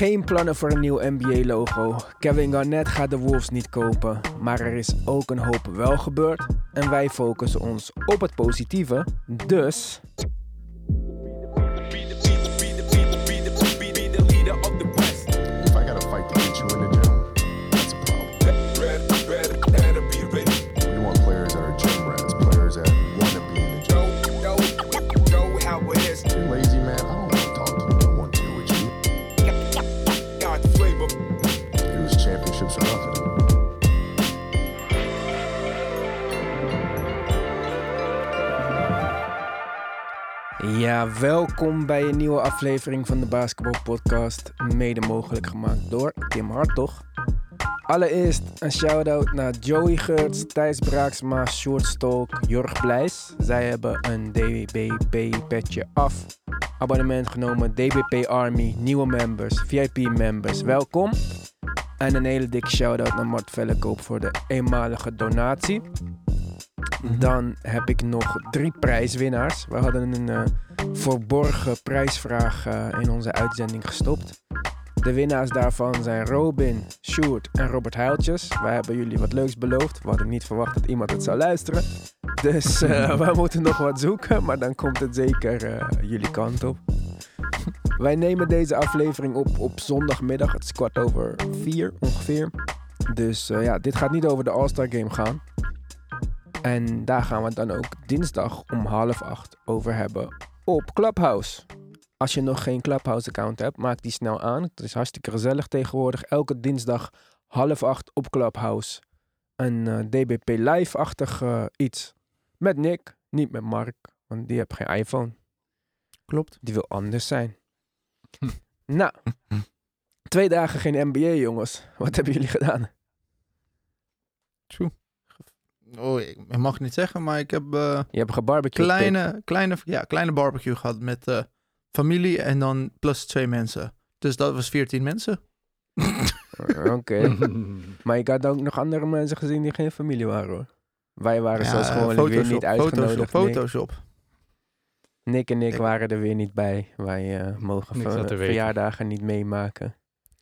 Geen plannen voor een nieuw NBA-logo. Kevin Garnett gaat de Wolves niet kopen. Maar er is ook een hoop wel gebeurd. En wij focussen ons op het positieve. Dus... Ja, welkom bij een nieuwe aflevering van de Basketbalpodcast, mede mogelijk gemaakt door Tim Hartog. Allereerst een shout-out naar Joey Geurts, Thijs Braaksma, Sjoerd Stolk, Jorg Blijs. Zij hebben een DBP-petje af. Abonnement genomen, DBP Army, nieuwe members, VIP-members, welkom. En een hele dikke shout-out naar Mart Vellekoop voor de eenmalige donatie. Dan heb ik nog 3 prijswinnaars. We hadden een verborgen prijsvraag in onze uitzending gestopt. De winnaars daarvan zijn Robin, Sjoerd en Robert Heiltjes. Wij hebben jullie wat leuks beloofd. We hadden niet verwacht dat iemand het zou luisteren. Dus we moeten nog wat zoeken, maar dan komt het zeker jullie kant op. Wij nemen deze aflevering op zondagmiddag. Het is 4:15 ongeveer. Dus dit gaat niet over de All-Star Game gaan. En daar gaan we het dan ook dinsdag om 7:30 over hebben op Clubhouse. Als je nog geen Clubhouse-account hebt, maak die snel aan. Het is hartstikke gezellig tegenwoordig. Elke dinsdag 7:30 op Clubhouse. Een DBP Live-achtig iets. Met Nick, niet met Mark, want die heeft geen iPhone. Klopt. Die wil anders zijn. Nou, 2 dagen geen NBA, jongens. Wat hebben jullie gedaan? True. Oh, ik mag niet zeggen, maar ik heb Je hebt gebarbecued. kleine barbecue gehad met familie en dan plus 2 mensen. Dus dat was 14 mensen. Oké. Maar ik had ook nog andere mensen gezien die geen familie waren, hoor. Wij waren zoals gewoon weer niet uitgenodigd. Photoshop. Nick en ik waren er weer niet bij. Wij mogen verjaardagen niet meemaken.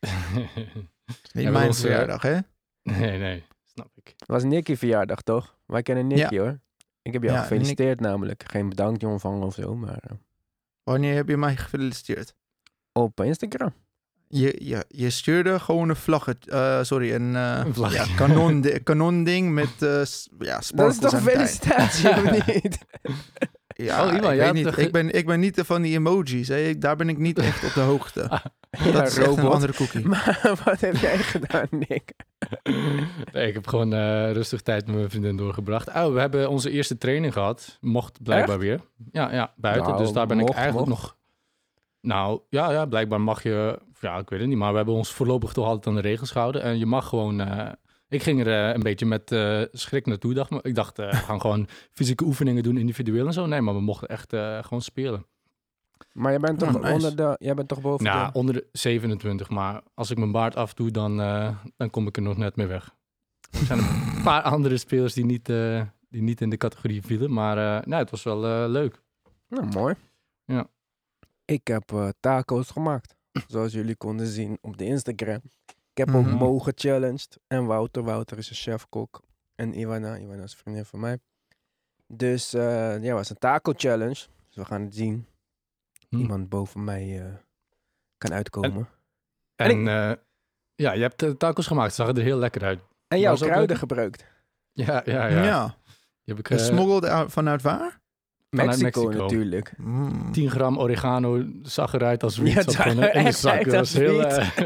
Niet mijn verjaardag, hè? Nee. Snap ik. Het was Nicky verjaardag, toch? Wij kennen Nicky, hoor. Ik heb jou gefeliciteerd namelijk. Geen bedankt ontvangen of zo, maar... Wanneer heb je mij gefeliciteerd? Op Instagram. Je stuurde gewoon een vlagget. Een vlagget. Kanonding met sparkles. Dat is toch een felicitatie, of niet? Ja, ik ben niet van die emojis. Hè. Daar ben ik niet echt op de hoogte. Dat is echt een andere cookie. Maar wat heb jij gedaan, Nick? Nee, ik heb gewoon rustig tijd met mijn vriendin doorgebracht. We hebben onze eerste training gehad. Mocht blijkbaar weer. Ja, buiten. Nou, dus daar ben ik eigenlijk nog... Nou, ja, blijkbaar mag je... Ja, ik weet het niet. Maar we hebben ons voorlopig toch altijd aan de regels gehouden. En je mag gewoon... Ik ging er een beetje met schrik naartoe. Ik dacht, we gaan gewoon fysieke oefeningen doen, individueel en zo. Nee, maar we mochten echt gewoon spelen. Maar jij bent toch jij bent toch boven de... onder de 27. Maar als ik mijn baard afdoe, dan kom ik er nog net mee weg. Er zijn een paar andere spelers die niet in de categorie vielen. Maar het was wel leuk. Nou, mooi. Ja. Ik heb taco's gemaakt. Zoals jullie konden zien op de Instagram. Ik heb ook Mo gechallenged. En Wouter is een chefkok. En Ivana is een vriendin van mij. Dus het was een taco challenge. Dus we gaan het zien. Iemand boven mij kan uitkomen. Je hebt tacos gemaakt. Het zag er heel lekker uit. En jouw kruiden gebruikt. Ja. Die heb ik gesmoggeld vanuit waar? Mexico natuurlijk. 10 gram oregano zag eruit als wiet. Zat gewoon in de zak. Dat was heel...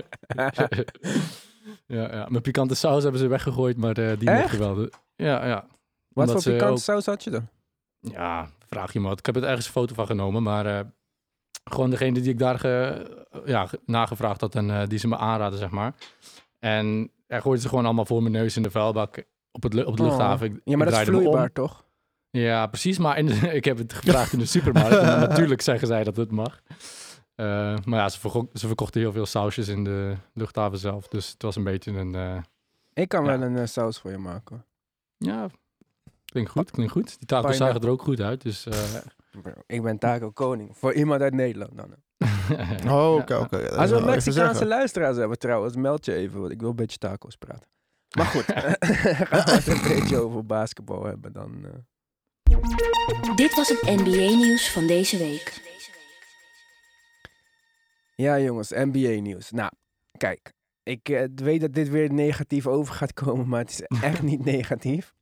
Mijn pikante saus hebben ze weggegooid, maar die mocht geweldig. Ja. Wat voor pikante saus had je dan? Ja, vraag je me. Ik heb er ergens een foto van genomen, maar gewoon degene die ik daar nagevraagd had en die ze me aanraden, zeg maar. En er gooiden ze gewoon allemaal voor mijn neus in de vuilbak op de luchthaven. Ja, maar dat is vloeibaar, toch? Ja, precies. Maar ik heb het gevraagd in de supermarkt. En natuurlijk zeggen zij dat het mag. Maar ja, ze verkochten heel veel sausjes in de luchthaven zelf. Dus het was een beetje een... Ik kan wel een saus voor je maken. Ja, klinkt goed. Die tacos zagen er ook goed uit. Dus, Ik ben taco koning. Voor iemand uit Nederland dan. Oké. Als we Mexicaanse luisteraars hebben trouwens, meld je even, want ik wil een beetje tacos praten. Maar goed, gaan we het een beetje over basketbal hebben dan. Dit was het NBA-nieuws van deze week. Ja jongens, NBA-nieuws. Nou, kijk, ik weet dat dit weer negatief over gaat komen, maar het is echt niet negatief.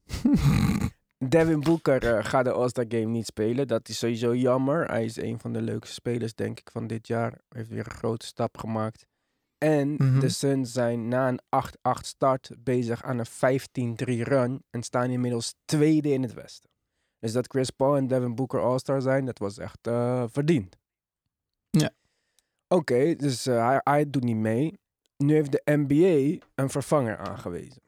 Devin Booker gaat de All-Star Game niet spelen. Dat is sowieso jammer. Hij is een van de leukste spelers, denk ik, van dit jaar. Hij heeft weer een grote stap gemaakt. En de Suns zijn na een 8-8 start bezig aan een 15-3 run. En staan inmiddels tweede in het Westen. Dus dat Chris Paul en Devin Booker All-Star zijn, dat was echt verdiend. Ja. Oké, dus hij doet niet mee. Nu heeft de NBA een vervanger aangewezen.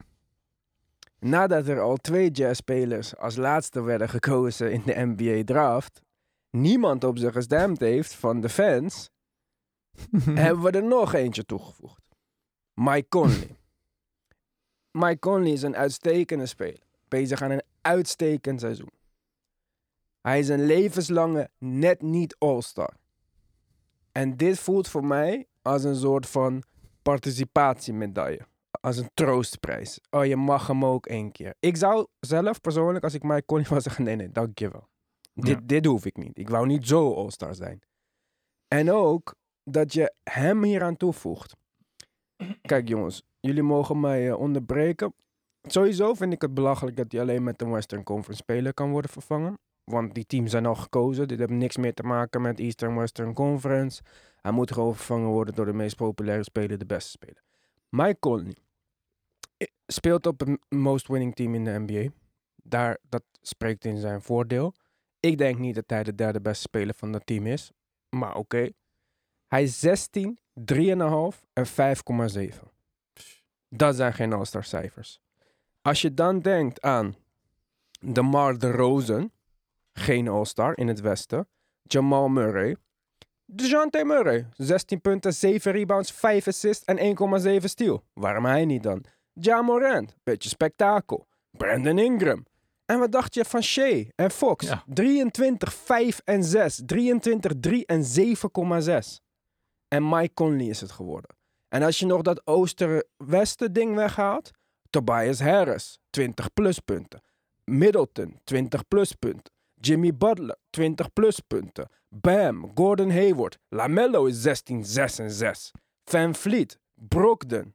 Nadat er al 2 jazzspelers als laatste werden gekozen in de NBA-draft, niemand op ze gestemd heeft van de fans, hebben we er nog eentje toegevoegd. Mike Conley. Mike Conley is een uitstekende speler. Bezig aan een uitstekend seizoen. Hij is een levenslange net niet All-Star. En dit voelt voor mij als een soort van participatiemedaille. Als een troostprijs. Oh, je mag hem ook 1 keer. Ik zou zelf persoonlijk, als ik Mike Conley was, zeggen, nee, dankjewel. Dit hoef ik niet. Ik wou niet zo All-Star zijn. En ook dat je hem hier aan toevoegt. Kijk jongens, jullie mogen mij onderbreken. Sowieso vind ik het belachelijk dat hij alleen met de Western Conference speler kan worden vervangen. Want die teams zijn al gekozen. Dit heeft niks meer te maken met Eastern Western Conference. Hij moet gewoon vervangen worden door de meest populaire speler, de beste speler. Mike Conley speelt op het most winning team in de NBA. Dat spreekt in zijn voordeel. Ik denk niet dat hij de derde beste speler van dat team is. Maar oké. Hij is 16, 3,5 en 5,7. Dat zijn geen All-Star cijfers. Als je dan denkt aan DeMar DeRozan, geen All-Star in het Westen. Jamal Murray. DeJounte Murray, 16 punten, 7 rebounds, 5 assists en 1,7 steal. Waarom hij niet dan? Ja Morant, beetje spektakel. Brandon Ingram. En wat dacht je van Shea en Fox? Ja. 23, 5 en 6. 23, 3 en 7,6. En Mike Conley is het geworden. En als je nog dat Ooster-Westen ding weghaalt. Tobias Harris, 20 pluspunten. Middleton, 20 pluspunten. Jimmy Butler, 20 pluspunten. Bam, Gordon Hayward. LaMelo is 16, 6 en 6. Van Vliet, Brogdon.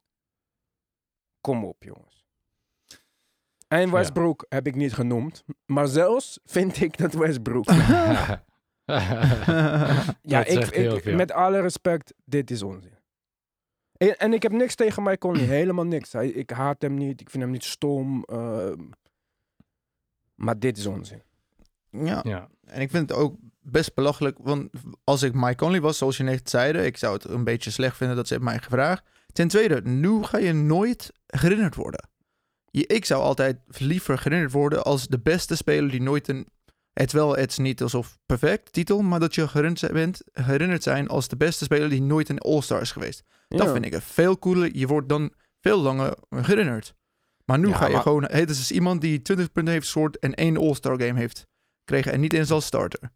Kom op, jongens. En Westbrook heb ik niet genoemd. Maar zelfs vind ik dat Westbrook... ja, ik met alle respect, dit is onzin. En ik heb niks tegen Mike Conley. Helemaal niks. Ik haat hem niet. Ik vind hem niet stom. Maar dit is onzin. Ja. En ik vind het ook best belachelijk. Want als ik Mike Conley was, zoals je net zeide, ik zou het een beetje slecht vinden dat ze het mij gevraagd. Ten tweede, nu ga je nooit herinnerd worden. Ik zou altijd liever herinnerd worden als de beste speler die nooit een... Het is niet alsof perfect titel, maar dat je herinnerd zijn als de beste speler die nooit een All-Star is geweest. Ja. Dat vind ik veel cooler. Je wordt dan veel langer herinnerd. Maar nu ga je gewoon... Het is iemand die 20 punten heeft gescoord en 1 All-Star game heeft gekregen en niet eens als starter.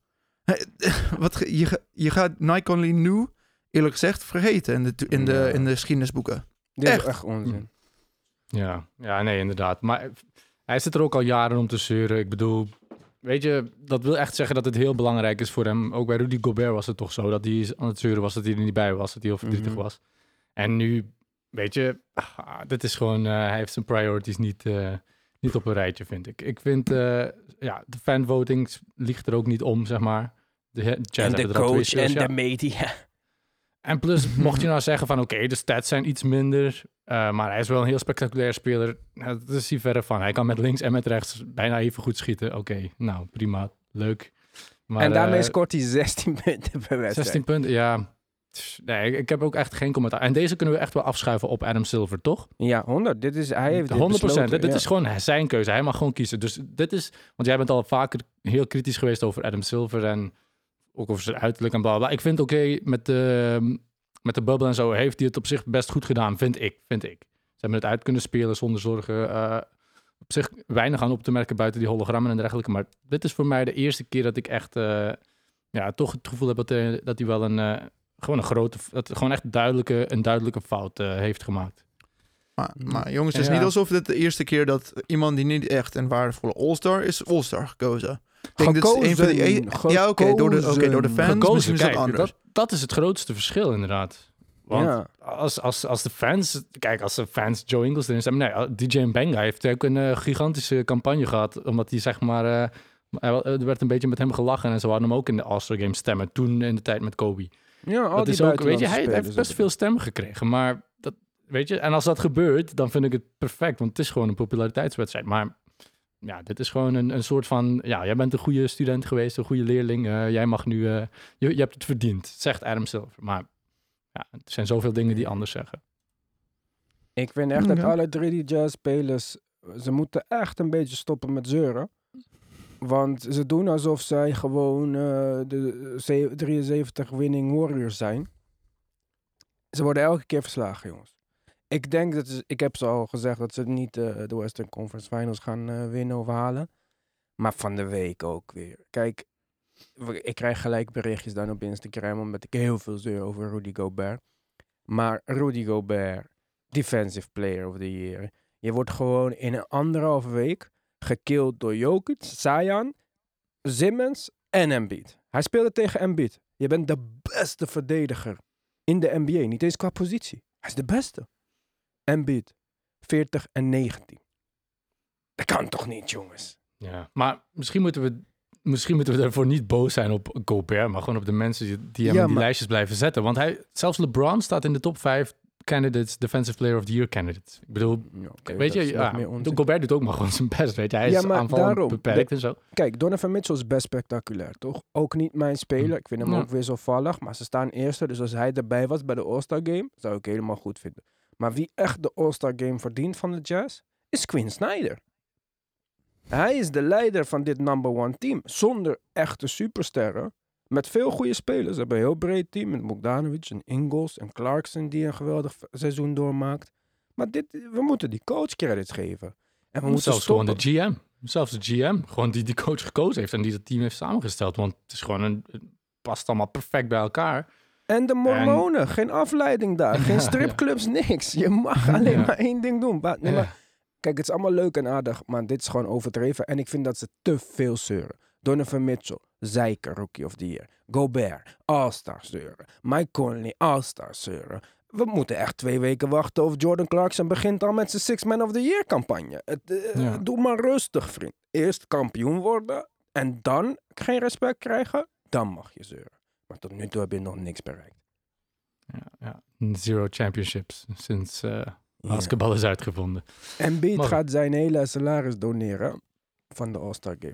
Je gaat Mike Conley nu, eerlijk gezegd, vergeten in de geschiedenisboeken. Dit is echt onzin. Ja, nee, inderdaad. Maar hij zit er ook al jaren om te zeuren. Ik bedoel... Weet je, dat wil echt zeggen dat het heel belangrijk is voor hem. Ook bij Rudy Gobert was het toch zo dat hij aan het zeuren was, dat hij er niet bij was, dat hij heel verdrietig was. En nu, weet je, dit is gewoon, hij heeft zijn priorities niet op een rijtje, vind ik. Ik vind, de fanvoting ligt er ook niet om, zeg maar. En de coach en de media. En plus, mocht je nou zeggen van oké, de stats zijn iets minder, maar hij is wel een heel spectaculair speler. Dat is hier verre van. Hij kan met links en met rechts bijna even goed schieten. Oké, nou prima, leuk. Maar, en daarmee scoort hij 16 punten per wedstrijd. 16 punten, ja. Nee, ik heb ook echt geen commentaar. En deze kunnen we echt wel afschuiven op Adam Silver, toch? Ja, 100. Hij heeft 100%. Dit is gewoon zijn keuze. Hij mag gewoon kiezen. Dus dit is, want jij bent al vaker heel kritisch geweest over Adam Silver en ook over zijn uiterlijk en blablabla. Ik vind oké, met de bubble en zo heeft hij het op zich best goed gedaan, vind ik. Ze hebben het uit kunnen spelen zonder zorgen. Op zich weinig aan op te merken buiten die hologrammen en dergelijke. Maar dit is voor mij de eerste keer dat ik echt toch het gevoel heb dat hij wel gewoon echt een duidelijke fout heeft gemaakt. Maar jongens, het is niet alsof dit de eerste keer dat iemand die niet echt een waardevolle All-Star is All-Star gekozen. Ik denk dat is een van die... door de fans gekozen, misschien is dat anders. Dat is het grootste verschil inderdaad. Want als de fans... Kijk, als de fans Joe Ingles erin staan... Nee, DJ Mbenga heeft ook een gigantische campagne gehad. Omdat hij zeg maar... er werd een beetje met hem gelachen. En ze hadden hem ook in de All-Star Game stemmen. Toen in de tijd met Kobe. Ja, dat is ook, weet je, hij heeft best veel stemmen gekregen. Maar dat, weet je... En als dat gebeurt, dan vind ik het perfect. Want het is gewoon een populariteitswedstrijd. Maar ja, dit is gewoon een soort van... Ja, jij bent een goede student geweest. Een goede leerling. Jij mag nu... je hebt het verdiend. Zegt Adam Silver. Maar... Ja, er zijn zoveel dingen die anders zeggen. Ik vind echt dat alle 3 die Jazz-spelers... Ze moeten echt een beetje stoppen met zeuren. Want ze doen alsof zij gewoon de 73 winning Warriors zijn. Ze worden elke keer verslagen, jongens. Ik denk dat ik heb ze al gezegd dat ze niet de Western Conference Finals gaan winnen of halen. Maar van de week ook weer. Kijk, ik krijg gelijk berichtjes dan op Instagram, omdat ik heel veel zeur over Rudy Gobert. Maar Rudy Gobert, Defensive Player of the Year. Je wordt gewoon in een 1,5 week gekilld door Jokic, Zion, Simmons en Embiid. Hij speelde tegen Embiid. Je bent de beste verdediger in de NBA. Niet eens qua positie. Hij is de beste. Embiid, 40 en 19. Dat kan toch niet, jongens? Ja, maar misschien moeten we daarvoor niet boos zijn op Gobert, maar gewoon op de mensen die hem in die lijstjes blijven zetten. Want zelfs LeBron staat in de top 5 candidates, Defensive Player of the Year candidates. Ik bedoel, weet je, Gobert doet ook maar gewoon zijn best, weet je. Hij is aanvallend beperkt en zo. Kijk, Donovan Mitchell is best spectaculair, toch? Ook niet mijn speler. Ik vind hem ook wisselvallig, maar ze staan eerste. Dus als hij erbij was bij de All-Star Game, zou ik helemaal goed vinden. Maar wie echt de All-Star Game verdient van de Jazz, is Quinn Snyder. Hij is de leider van dit number 1 team. Zonder echte supersterren. Met veel goede spelers. Ze hebben een heel breed team. Met Bogdanovic en Ingles en Clarkson die een geweldig seizoen doormaakt. Maar we moeten die coach credits geven. En we moeten zelfs gewoon de GM. Zelfs de GM. Gewoon die coach gekozen heeft en die het team heeft samengesteld. Want het is gewoon het past allemaal perfect bij elkaar. En de Mormonen. Geen afleiding daar. Geen stripclubs, niks. Je mag alleen maar 1 ding doen. Maar, kijk, het is allemaal leuk en aardig, maar dit is gewoon overdreven. En ik vind dat ze te veel zeuren. Donovan Mitchell, zeiker, Rookie of the Year. Gobert, All-Star zeuren. Mike Conley, All-Star zeuren. We moeten echt 2 weken wachten of Jordan Clarkson begint al met zijn Six Man of the Year campagne. Doe maar rustig, vriend. Eerst kampioen worden en dan geen respect krijgen, dan mag je zeuren. Maar tot nu toe heb je nog niks bereikt. Ja. 0 championships sinds basketbal is uitgevonden. Embiid gaat zijn hele salaris doneren van de All-Star Game.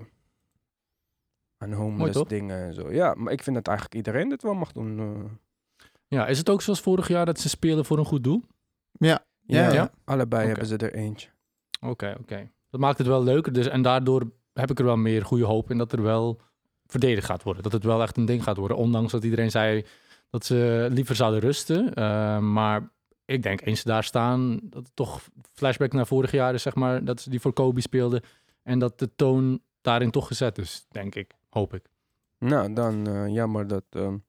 Aan homeless dingen en zo. Ja, maar ik vind dat eigenlijk iedereen dit wel mag doen. Ja, is het ook zoals vorig jaar dat ze spelen voor een goed doel? Ja. Allebei hebben ze er eentje. Oké. Dat maakt het wel leuker. Dus, en daardoor heb ik er wel meer goede hoop in dat er wel verdedigd gaat worden. Dat het wel echt een ding gaat worden. Ondanks dat iedereen zei dat ze liever zouden rusten. Maar ik denk eens ze daar staan, dat het toch flashback naar vorig jaar is, zeg maar, dat ze die voor Kobe speelden. En dat de toon daarin toch gezet is, denk ik. Hoop ik. Nou, dan jammer dat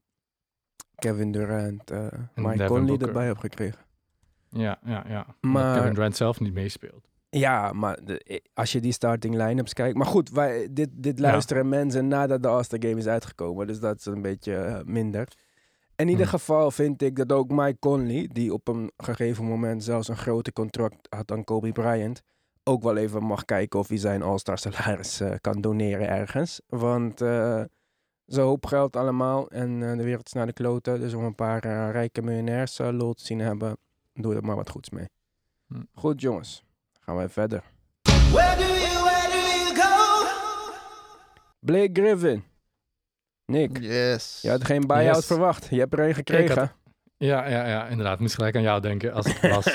Kevin Durant Mike Conley erbij heeft gekregen. Ja. Maar Kevin Durant zelf niet meespeelt. Ja, maar als je die starting line-ups kijkt... Maar goed, dit luisteren mensen nadat de All-Star Game is uitgekomen. Dus dat is een beetje minder. In ieder geval vind ik dat ook Mike Conley, die op een gegeven moment zelfs een groter contract had dan Kobe Bryant, ook wel even mag kijken of hij zijn All-Star salaris kan doneren ergens. Want zo hoop geld allemaal en de wereld is naar de kloten. Dus om een paar rijke miljonairs lol te zien hebben, doe er maar wat goeds mee. Goed jongens, gaan wij verder. Where do you go? Blake Griffin. Nick, yes. Je had geen buyout verwacht. Je hebt er een gekregen. Ja, inderdaad. Ik moest gelijk aan jou denken als ik las.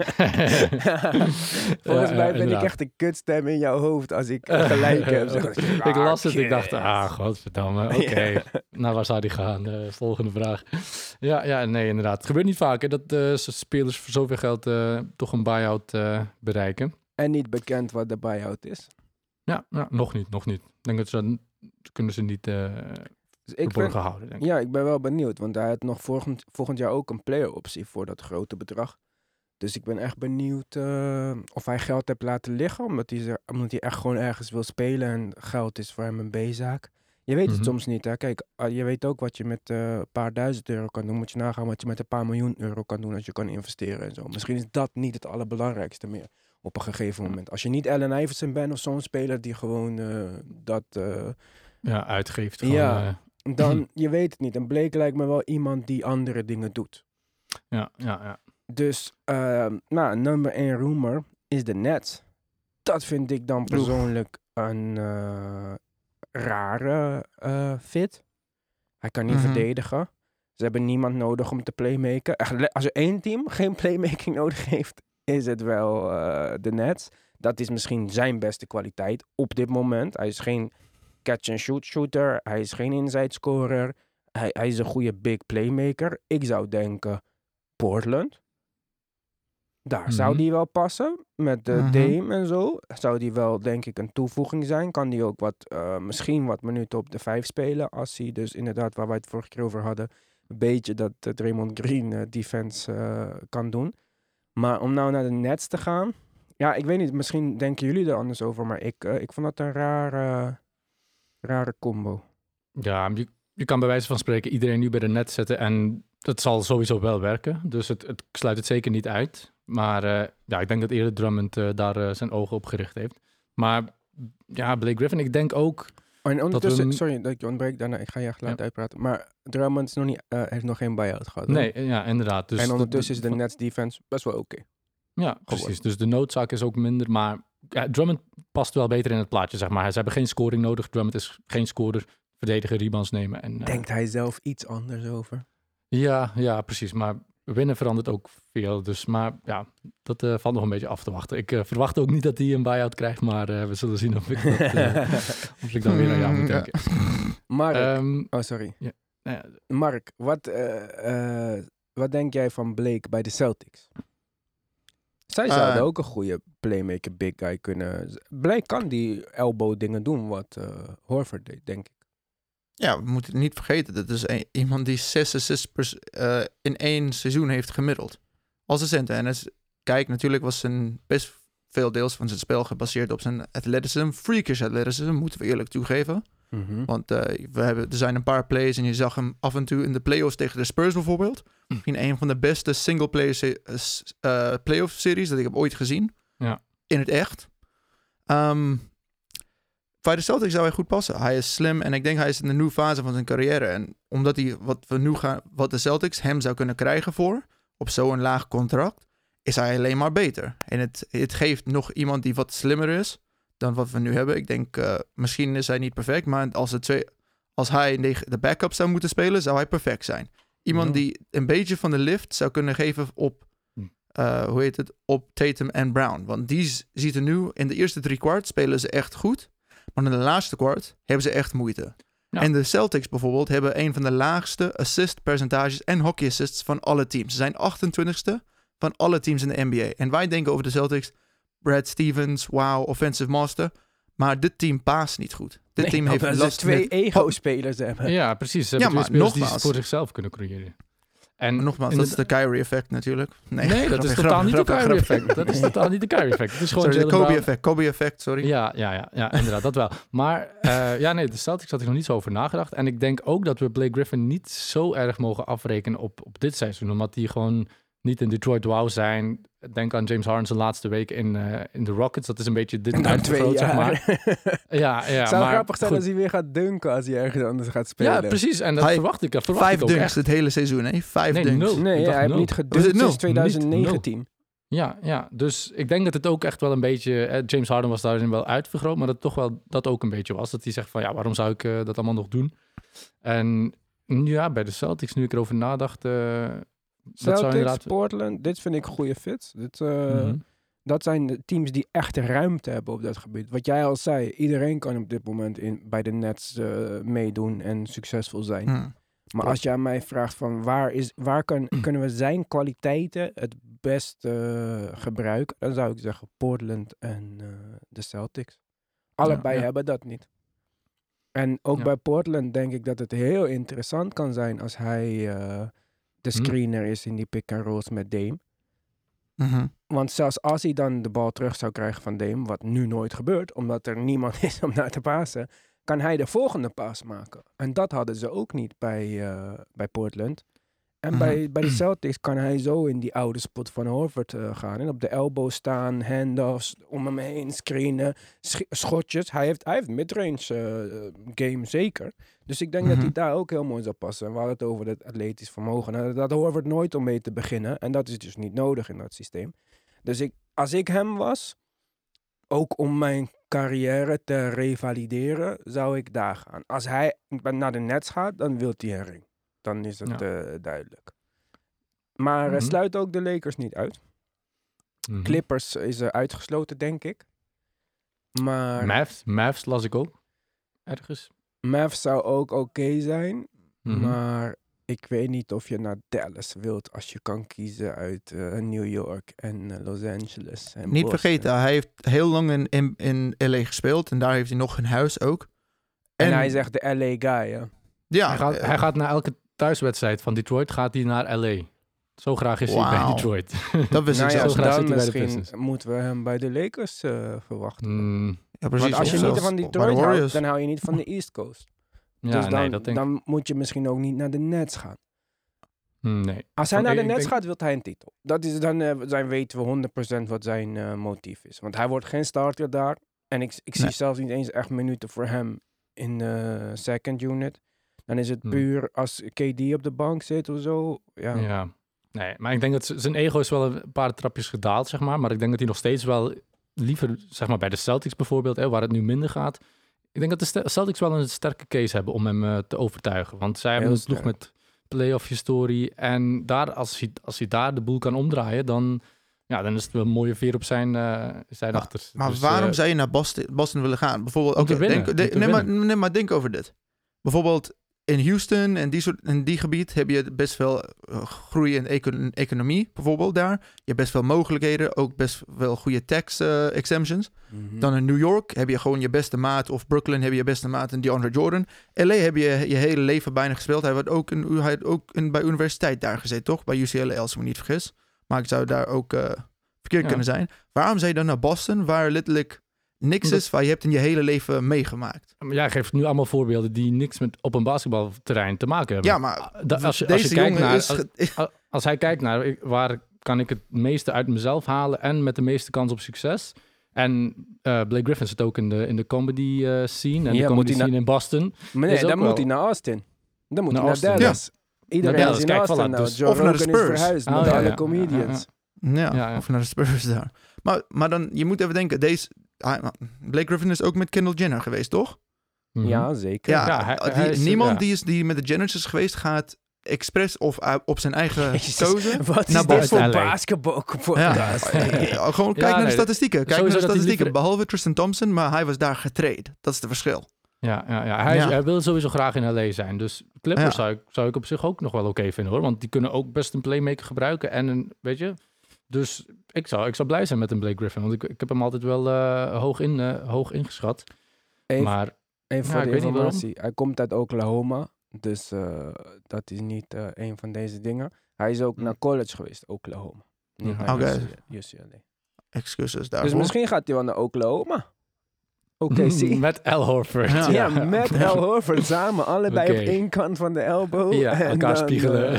Volgens mij ben ik echt een kutstem in jouw hoofd als ik gelijk heb. Ik las het, ik dacht, godverdamme, oké. Nou, waar zou die gaan? Volgende vraag. Ja, nee, inderdaad. Het gebeurt niet vaker dat spelers voor zoveel geld toch een buyout bereiken. En niet bekend wat de buyout is? Ja, nog niet. Ik denk dat kunnen ze niet Dus verborgen houden, denk ik. Ja, ik ben wel benieuwd. Want hij had nog volgend jaar ook een player-optie voor dat grote bedrag. Dus ik ben echt benieuwd of hij geld heeft laten liggen. Omdat hij echt gewoon ergens wil spelen. En geld is voor hem een B-zaak. Je weet het soms niet. Hè? Kijk, je weet ook wat je met een paar €1000 kan doen. Moet je nagaan wat je met een paar miljoen euro kan doen als je kan investeren en zo. Misschien is dat niet het allerbelangrijkste meer op een gegeven moment. Als je niet Allen Iverson bent of zo'n speler die gewoon uitgeeft. Gewoon, dan, je weet het niet. En Blake lijkt me wel iemand die andere dingen doet. Ja. Dus, nummer 1 rumor is de Nets. Dat vind ik dan persoonlijk een rare fit. Hij kan niet verdedigen. Ze hebben niemand nodig om te playmaken. Als er één team geen playmaking nodig heeft, is het wel de Nets. Dat is misschien zijn beste kwaliteit op dit moment. Hij is geen catch-and-shoot shooter. Hij is geen inside scorer. Hij is een goede big playmaker. Ik zou denken Portland. Daar zou die wel passen. Met de Dame en zo. Zou die wel, denk ik, een toevoeging zijn. Kan die ook misschien wat minuten op de 5 spelen. Als hij dus inderdaad, waar wij het vorige keer over hadden, een beetje dat Draymond Green defense kan doen. Maar om nou naar de Nets te gaan. Ja, ik weet niet. Misschien denken jullie er anders over. Maar ik vond dat een rare combo. Ja, je kan bij wijze van spreken iedereen nu bij de Nets zetten. En dat zal sowieso wel werken. Dus het sluit het zeker niet uit. Maar ik denk dat eerder Drummond daar zijn ogen op gericht heeft. Maar ja, Blake Griffin, ik denk ook... En ondertussen, sorry dat ik je ontbreek, daarna ik ga je echt laten uitpraten. Maar Drummond is heeft nog geen buyout gehad. Nee, ja, inderdaad. Dus en ondertussen is de Nets defense best wel oké. Ja, precies. Dus de noodzaak is ook minder. Maar Drummond past wel beter in het plaatje, zeg maar. Ze hebben geen scoring nodig. Drummond is geen scorer. Verdedigen, rebounds nemen. En, denkt hij zelf iets anders over? Ja, precies. Maar winnen verandert ook veel. Dus, maar ja, dat valt nog een beetje af te wachten. Ik verwacht ook niet dat hij een buyout krijgt. Maar we zullen zien of ik dan weer aan jou moet denken. Mark, sorry. Ja. Mark, wat denk jij van Blake bij de Celtics? Zij zouden ook een goede playmaker big guy kunnen... Blake kan die elbow dingen doen wat Horford deed, denk ik. Ja, we moeten het niet vergeten. Dat is iemand die 6 assists in 1 seizoen heeft gemiddeld. Als een center. En kijk, natuurlijk was zijn best veel deels van zijn spel gebaseerd op zijn athleticism. Freakish athleticism, moeten we eerlijk toegeven. Want er zijn een paar plays en je zag hem af en toe in de playoffs tegen de Spurs bijvoorbeeld. In een van de beste single-player playoff-series dat ik heb ooit gezien. Ja. In het echt. Bij de Celtics zou hij goed passen. Hij is slim en ik denk hij is in een nieuwe fase van zijn carrière. En omdat hij wat de Celtics hem zou kunnen krijgen voor, op zo'n laag contract, is hij alleen maar beter. En het geeft nog iemand die wat slimmer is dan wat we nu hebben. Ik denk, misschien is hij niet perfect, maar als hij de backup zou moeten spelen, zou hij perfect zijn. Iemand die een beetje van de lift zou kunnen geven op Tatum en Brown. Want die ziet er nu, in de eerste 3 kwart spelen ze echt goed. Maar in de laatste kwart hebben ze echt moeite. Ja. En de Celtics bijvoorbeeld hebben een van de laagste assist-percentages en hockey-assists van alle teams. Ze zijn 28ste van alle teams in de NBA. En wij denken over de Celtics, Brad Stevens, wow, offensive master. Maar dit team paast niet goed. Dit team heeft last 2 ego-spelers hebben. Ja, precies. Ze hebben spelers die voor zichzelf kunnen creëren. En nogmaals, dat is de Kyrie-effect natuurlijk. Nee, dat is totaal niet de Kyrie-effect. Dat is totaal niet de Kyrie-effect. Het is gewoon de Kobe-effect, sorry. Ja, inderdaad, dat wel. Maar de Celtics had ik nog niet zo over nagedacht. En ik denk ook dat we Blake Griffin niet zo erg mogen afrekenen op dit seizoen. Omdat die gewoon niet in Detroit wou zijn. Denk aan James Harden zijn laatste week in de Rockets. Dat is een beetje dit uitvergroot, zeg maar. Het zou grappig zijn als hij weer gaat dunken als hij ergens anders gaat spelen. Ja, precies. En dat verwacht ik. 5 dunks het hele seizoen, hè? 5 dunks. Nee, hij heeft niet gedunkt sinds 2019. Ja, dus ik denk dat het ook echt wel een beetje... James Harden was daarin wel uitvergroot, maar dat toch wel dat ook een beetje was. Dat hij zegt van, waarom zou ik dat allemaal nog doen? En ja, bij de Celtics, nu ik erover nadacht... Celtics, Portland, dit vind ik goede fits. Dat zijn de teams die echt ruimte hebben op dat gebied. Wat jij al zei, iedereen kan op dit moment bij de Nets meedoen en succesvol zijn. Maar als jij mij vraagt van waar kunnen we zijn kwaliteiten het best gebruiken, dan zou ik zeggen Portland en de Celtics. Allebei hebben dat niet. En ook bij Portland denk ik dat het heel interessant kan zijn als hij de screener is in die pick-and-rolls met Dame. Mm-hmm. Want zelfs als hij dan de bal terug zou krijgen van Dame, wat nu nooit gebeurt, omdat er niemand is om naar te passen, kan hij de volgende pas maken. En dat hadden ze ook niet bij Portland. En bij de Celtics kan hij zo in die oude spot van Horford gaan. En op de elbow staan, handoffs, om hem heen screenen, schotjes. Hij heeft midrange game zeker. Dus ik denk dat hij daar ook heel mooi zou passen. En we hadden het over het atletisch vermogen. Nou, dat Horford nooit om mee te beginnen. En dat is dus niet nodig in dat systeem. Dus als ik hem was, ook om mijn carrière te revalideren, zou ik daar gaan. Als hij naar de Nets gaat, dan wil hij een ring. Dan is het duidelijk. Maar sluit ook de Lakers niet uit. Clippers is uitgesloten, denk ik. Maar Mavs las ik ook. Ergens. Mavs zou ook oké zijn. Maar ik weet niet of je naar Dallas wilt als je kan kiezen uit New York en Los Angeles. En niet Boston. vergeten, hij heeft heel lang in LA gespeeld. En daar heeft hij nog een huis ook. En hij zegt de LA guy, ja. Ja, hij gaat naar elke thuiswedstrijd van Detroit gaat hij naar LA. Zo graag is hij bij Detroit. Dat wist ik zo graag dan zit hij bij de misschien moeten we hem bij de Lakers verwachten. Ja, precies. Want als je niet van Detroit houdt, dan hou je niet van de East Coast. Ja, dus dan moet je misschien ook niet naar de Nets gaan. Nee. Als hij naar de Nets gaat, wil hij een titel. Dat is dan weten we 100% wat zijn motief is. Want hij wordt geen starter daar. En ik zie zelfs niet eens echt minuten voor hem in de second unit. Dan is het puur als KD op de bank zit of zo. Ja. Nee, maar ik denk dat zijn ego is wel een paar trapjes gedaald, zeg maar. Maar ik denk dat hij nog steeds wel liever, zeg maar bij de Celtics bijvoorbeeld, waar het nu minder gaat. Ik denk dat de Celtics wel een sterke case hebben om hem te overtuigen. Want zij hebben een ploeg met playoff historie. En daar, als hij daar de boel kan omdraaien, dan is het wel een mooie veer op zijn achter. Maar dus, waarom zou je naar Boston willen gaan? Bijvoorbeeld, maar denk over dit. Bijvoorbeeld in Houston en die gebied heb je best veel groei in economie, bijvoorbeeld daar. Je hebt best veel mogelijkheden, ook best wel goede tax exemptions. Dan in New York heb je gewoon je beste maat, of Brooklyn heb je beste maat en DeAndre Jordan. LA heb je hele leven bijna gespeeld. Hij had ook bij universiteit daar gezeten, toch? Bij UCLA, als ik me niet vergis. Maar ik zou daar ook verkeerd kunnen zijn. Waarom zou je dan naar Boston, waar letterlijk niks is waar je hebt in je hele leven meegemaakt? Ja, geeft nu allemaal voorbeelden die niks met op een basketbalterrein te maken hebben. Ja, maar als hij kijkt naar waar kan ik het meeste uit mezelf halen en met de meeste kans op succes. En Blake Griffin zit ook in de comedy scene en de comedy scene in Boston. Maar nee, dan moet hij naar Austin. Dan moet hij naar Dallas. Iedereen is in Austin nou. Joe of naar de Spurs. Is verhuisd met alle comedians. Ja, of naar de Spurs daar. Maar dan, je moet even denken, Blake Griffin is ook met Kendall Jenner geweest, toch? Ja, zeker. Niemand die met de Jenners is geweest, gaat expres of op zijn eigen kozen. Wat is dit voor basketbalpodcast? Gewoon kijk naar de statistieken. Behalve Tristan Thompson, maar hij was daar getraind. Dat is het verschil. Hij wil sowieso graag in LA zijn. Dus Clippers zou ik op zich ook nog wel oké vinden, hoor. Want die kunnen ook best een playmaker gebruiken. En weet je, dus ik zou blij zijn met een Blake Griffin. Want ik heb hem altijd wel hoog ingeschat. Even voor de informatie. Hij komt uit Oklahoma. Dus dat is niet een van deze dingen. Hij is ook naar college geweest, Oklahoma. Niet naar UCLA. Excuses daarvoor. Dus misschien gaat hij wel naar Oklahoma. OKC. Met Al Horford. Ja, met Al Horford samen. Allebei op één kant van de elbow. Ja, elkaar spiegelen.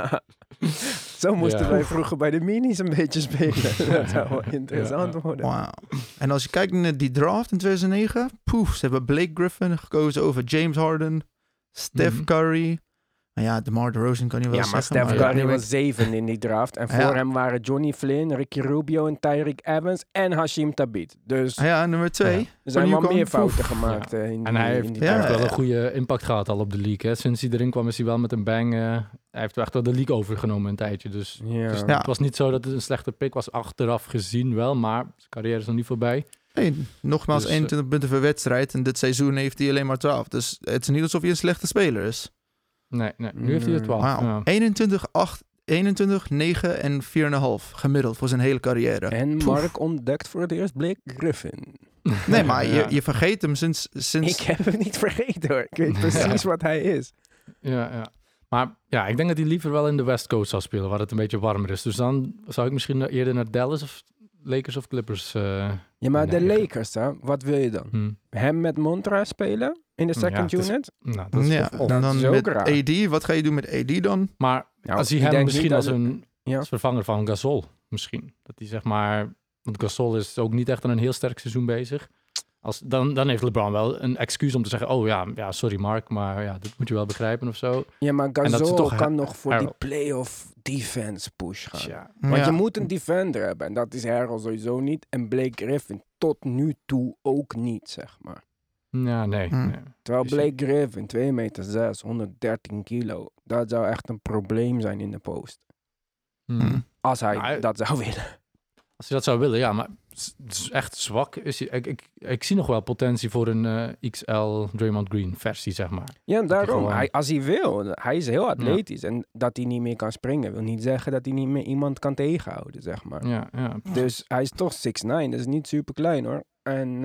Zo moesten wij vroeger bij de minis een beetje spelen. Dat zou wel interessant worden. Wow. En als je kijkt naar die draft in 2009. Ze hebben Blake Griffin gekozen over James Harden, Steph Curry. Nou ja, DeMar DeRozan kan je wel zeggen. Steph Curry was 7 in die draft. En voor hem waren Johnny Flynn, Ricky Rubio en Tyreek Evans en Hashim Thabit. Dus nummer 2. Er zijn wel meer fouten gemaakt. En hij heeft wel een goede impact gehad al op de league. Hè. Sinds hij erin kwam is hij wel met een bang. Hij heeft echt wel de league overgenomen een tijdje. Dus het was niet zo dat het een slechte pick was. Achteraf gezien wel, maar zijn carrière is nog niet voorbij. Nee, nogmaals 21 punten per wedstrijd. En dit seizoen heeft hij alleen maar 12. Dus het is niet alsof hij een slechte speler is. Nee, nu heeft hij er 12. Wow. Ja. 21, 8, 21, 9 en 4,5 gemiddeld voor zijn hele carrière. En Mark ontdekt voor het eerst Blake Griffin. Nee, maar je vergeet hem sinds... Ik heb hem niet vergeten hoor. Ik weet precies wat hij is. Ja. Maar ja, ik denk dat hij liever wel in de West Coast zou spelen, waar het een beetje warmer is. Dus dan zou ik misschien eerder naar Dallas of Lakers of Clippers Ja, maar de Lakers, hè? Wat wil je dan? Hem met Montra spelen in de second unit? Nou, dat is dan is met raar. AD. Wat ga je doen met AD dan? Maar als hij hem misschien als vervanger van Gasol, misschien. Dat hij zeg maar... Want Gasol is ook niet echt aan een heel sterk seizoen bezig. Dan heeft LeBron wel een excuus om te zeggen... Oh ja, sorry Mark, maar ja, dat moet je wel begrijpen of zo. Ja, maar Gasol kan nog voor die playoff defense push gaan. Ja. Want je moet een defender hebben. En dat is Harrell sowieso niet. En Blake Griffin tot nu toe ook niet, zeg maar. Ja, nee. Terwijl Blake Griffin, 2,6 meter, 113 kilo. Dat zou echt een probleem zijn in de post. Als hij dat zou willen. Als hij dat zou willen, ja, maar het is echt zwak. Ik zie nog wel potentie voor een XL Draymond Green versie, zeg maar. Ja, daarom. Als hij wil. Hij is heel atletisch. Ja. En dat hij niet meer kan springen, wil niet zeggen dat hij niet meer iemand kan tegenhouden, zeg maar. Ja. Dus hij is toch 6'9". Dat is niet super klein, hoor. En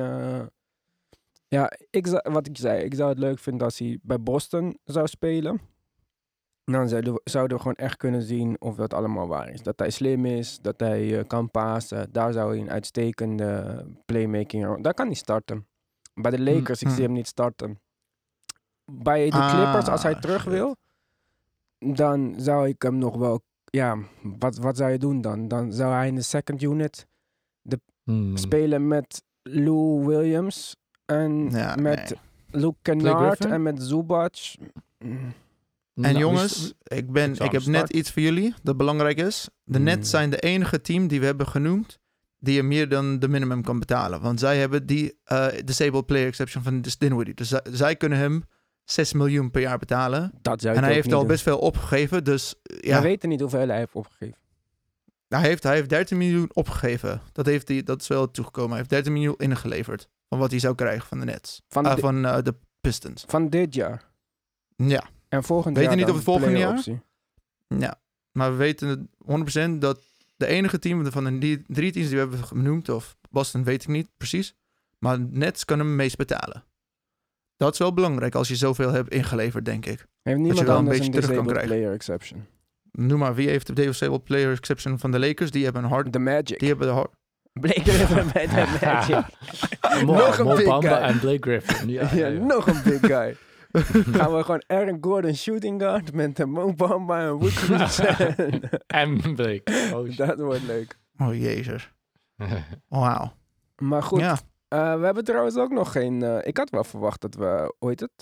wat ik zei. Ik zou het leuk vinden als hij bij Boston zou spelen. Dan zouden we gewoon echt kunnen zien of dat allemaal waar is. Dat hij slim is, dat hij kan passen. Daar zou hij een uitstekende playmaking... Daar kan hij starten. Bij de Lakers, ik zie hem niet starten. Bij de Clippers, als hij terug wil... Dan zou ik hem nog wel... Ja, wat zou je doen dan? Dan zou hij in de second unit spelen met Lou Williams... En met Luke Kennard en met Zubac... En jongens, ik heb net iets voor jullie dat belangrijk is. De Nets zijn de enige team die we hebben genoemd die je meer dan de minimum kan betalen. Want zij hebben die disabled player exception van Dinwiddie. Dus zij kunnen hem 6 miljoen per jaar betalen. En hij heeft al best veel opgegeven. Dus ja. We weten niet hoeveel hij heeft opgegeven. Hij heeft 13 miljoen opgegeven. Dat is wel toegekomen. Hij heeft 13 miljoen ingeleverd van wat hij zou krijgen van de Nets. Van de Pistons. Van dit jaar? Ja. En volgend jaar. Weet je niet of het volgende jaar? Ja, maar we weten 100% dat de enige team van de 3 teams die we hebben genoemd, of Boston weet ik niet precies, maar Nets kan hem meest betalen. Dat is wel belangrijk als je zoveel hebt ingeleverd, denk ik. Heeft niemand anders een disabled player exception? Noem maar, wie heeft de disabled player exception van de Lakers? Die hebben een hard... The Magic. Die hebben de hard... Blake Griffin met de Magic. Nog een big guy. En Blake Griffin. Ja, nog een big guy. Gaan we gewoon Aaron Gordon shooting guard met de Mo Bamba en Woodrow en Blake. Dat wordt leuk. Oh jezus. Wauw. Maar goed, we hebben trouwens ook nog geen... ik had wel verwacht dat we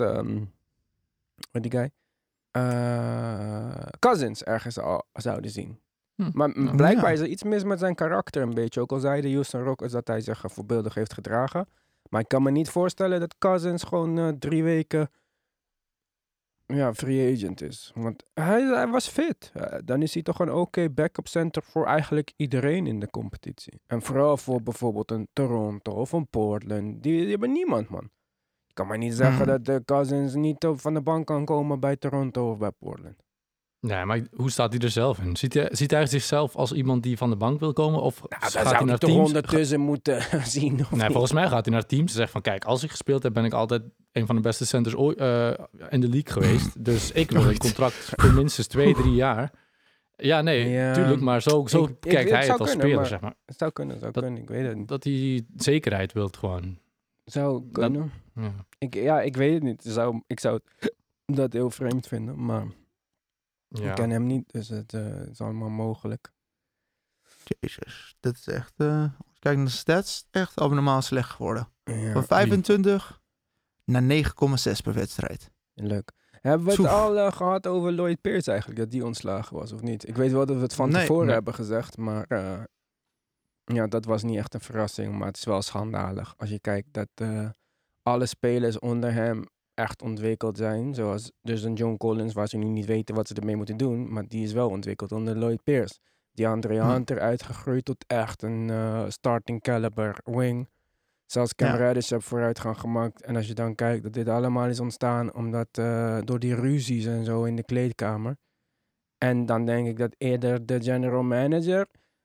die guy? Cousins ergens al zouden zien. Maar blijkbaar is er iets mis met zijn karakter een beetje. Ook al zei de Houston Rockets dat hij zich voorbeeldig heeft gedragen. Maar ik kan me niet voorstellen dat Cousins gewoon 3 weken... free agent is. Want hij was fit. Dan is hij toch een oké backup center voor eigenlijk iedereen in de competitie. En vooral voor bijvoorbeeld een Toronto of een Portland. Die hebben niemand, man. Je kan maar niet zeggen dat de Cousins niet van de bank kan komen bij Toronto of bij Portland. Nee, maar hoe staat hij er zelf in? Ziet hij zichzelf als iemand die van de bank wil komen? Of gaat hij naar toch teams? Ondertussen moeten zien. Volgens mij gaat hij naar teams en zegt van... Kijk, als ik gespeeld heb, ben ik altijd een van de beste centers in de league geweest. Dus ik wil een contract voor minstens 2-3 jaar. Ja, nee, tuurlijk. Maar zo kijkt hij het als speler, zeg maar. Het zou kunnen. Ik weet het niet. Dat hij zekerheid wilt gewoon. Zou kunnen. Ik weet het niet. Ik zou dat heel vreemd vinden, maar... Ik ken hem niet, dus het is allemaal mogelijk. Jezus, dit is echt... kijk naar de stats, echt abnormaal slecht geworden. Ja, van 25 naar 9,6 per wedstrijd. Leuk. Hebben we het al gehad over Lloyd Pierce eigenlijk, dat die ontslagen was of niet? Ik weet wel dat we het van tevoren hebben gezegd, maar dat was niet echt een verrassing. Maar het is wel schandalig als je kijkt dat alle spelers onder hem echt ontwikkeld zijn. Zoals dus een John Collins, waar ze nu niet weten wat ze ermee moeten doen. Maar die is wel ontwikkeld onder Lloyd Pierce. Die Andre Hunter uitgegroeid tot echt een starting caliber wing. Zelfs Cam Reddish heeft vooruitgang gemaakt. En als je dan kijkt dat dit allemaal is ontstaan omdat door die ruzies en zo in de kleedkamer. En dan denk ik dat eerder de general manager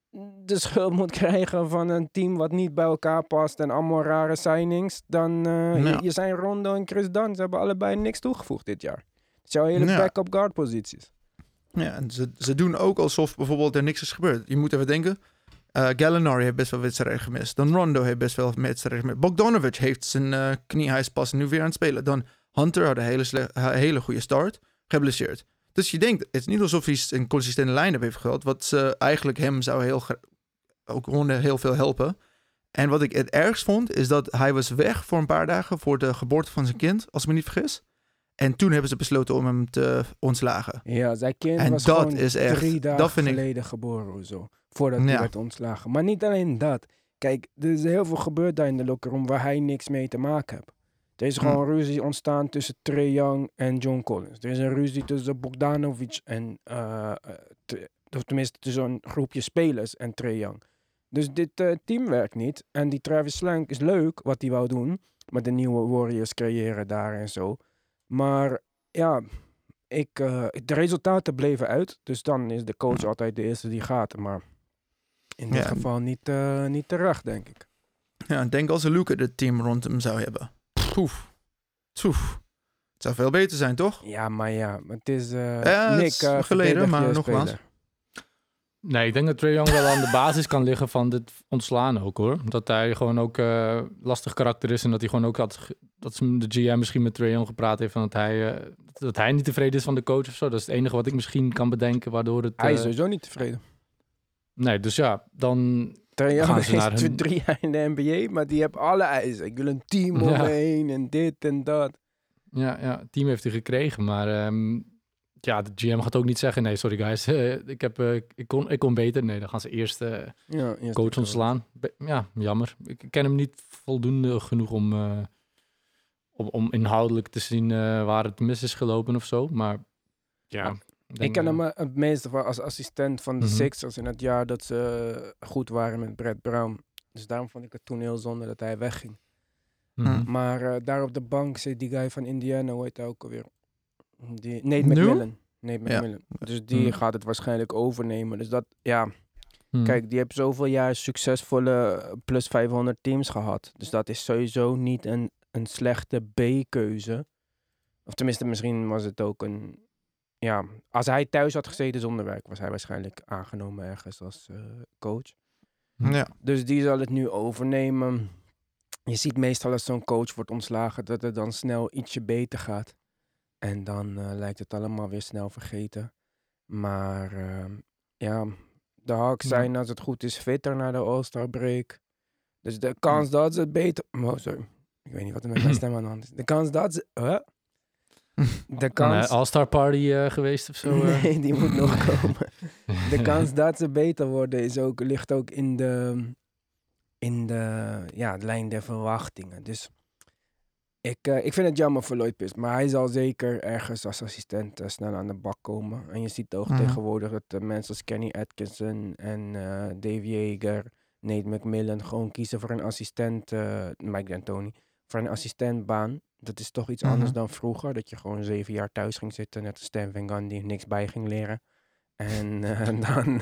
de schuld moet krijgen van een team wat niet bij elkaar past en allemaal rare signings, dan je zijn Rondo en Chris Dunn. Ze hebben allebei niks toegevoegd dit jaar. Het zijn hele backup guard posities. Ja, en ze doen ook alsof bijvoorbeeld er niks is gebeurd. Je moet even denken, Gallinari heeft best wel wedstrijden gemist. Dan Rondo heeft best wel wedstrijden gemist. Bogdanovic heeft zijn knie, hij is pas nu weer aan het spelen. Dan Hunter had een hele goede start, geblesseerd. Dus je denkt, het is niet alsof hij een consistente line-up heeft gehad, wat ze eigenlijk hem zou ook gewoon heel veel helpen. En wat ik het ergst vond, is dat hij was weg voor een paar dagen voor de geboorte van zijn kind, als ik me niet vergis. En toen hebben ze besloten om hem te ontslagen. Ja, zijn kind en was dat gewoon is echt, 3 dagen geleden geboren of zo. Voordat hij werd ontslagen. Maar niet alleen dat. Kijk, er is heel veel gebeurd daar in de lockerroom waar hij niks mee te maken heeft. Er is gewoon ruzie ontstaan tussen Trae Young en John Collins. Er is een ruzie tussen Bogdanovic en... of tenminste tussen een groepje spelers en Trae Young. Dus dit team werkt niet. En die Travis Slank is leuk wat hij wou doen. Met de nieuwe Warriors creëren daar en zo. Maar ja, de resultaten bleven uit. Dus dan is de coach altijd de eerste die gaat. Maar in dit geval niet terecht, denk ik. Ja, ik denk als Luka het team rond hem zou hebben. Poef. Het zou veel beter zijn, toch? Ja, maar het is Nick geleden, maar nogmaals. Nee, ik denk dat Trae Young wel aan de basis kan liggen van dit ontslaan ook, hoor. Dat hij gewoon ook lastig karakter is en dat hij gewoon ook dat de GM misschien met Trae Young gepraat heeft van dat hij niet tevreden is van de coach of zo. Dat is het enige wat ik misschien kan bedenken waardoor het... Hij is sowieso niet tevreden. Nee, dus ja, dan Trae Young gaan ze naar is 3 jaar in de NBA, maar die heeft alle eisen. Ik wil een team omheen en dit en dat. Ja, het team heeft hij gekregen, maar... de GM gaat ook niet zeggen, nee, sorry guys, ik kon beter. Nee, dan gaan ze eerst coach ontslaan. Jammer. Ik ken hem niet voldoende genoeg om inhoudelijk te zien waar het mis is gelopen of zo. Maar ik ken hem het meeste als assistent van de Sixers in het jaar dat ze goed waren met Brett Brown. Dus daarom vond ik het toen heel zonde dat hij wegging. Maar daar op de bank zit die guy van Indiana, hoe heet hij ook alweer? Nate McMillan. Dus die gaat het waarschijnlijk overnemen. Dus dat, kijk, die heeft zoveel jaar succesvolle plus 500 teams gehad. Dus dat is sowieso niet een slechte B-keuze. Of tenminste, misschien was het ook een... Ja, als hij thuis had gezeten zonder werk, was hij waarschijnlijk aangenomen ergens als coach. Ja. Dus die zal het nu overnemen. Je ziet meestal als zo'n coach wordt ontslagen, dat het dan snel ietsje beter gaat. En dan lijkt het allemaal weer snel vergeten. Maar de Hawks zijn als het goed is fitter na de All-Star break. Dus de kans dat ze het beter... Oh, sorry. Ik weet niet wat er met mijn stem aan de hand is. De kans dat ze... De kans... Een All-Star party geweest of zo? Nee, die moet nog komen. De kans dat ze beter worden ligt ook in de lijn der verwachtingen. Dus... Ik vind het jammer voor Lloyd Pierce, maar hij zal zeker ergens als assistent snel aan de bak komen. En je ziet ook tegenwoordig dat mensen als Kenny Atkinson en Dave Yeager, Nate McMillan gewoon kiezen voor een assistent, Mike D'Antoni, voor een assistentbaan. Dat is toch iets anders dan vroeger, dat je gewoon 7 jaar thuis ging zitten, net als Stan Van Gundy, niks bij ging leren. En dan...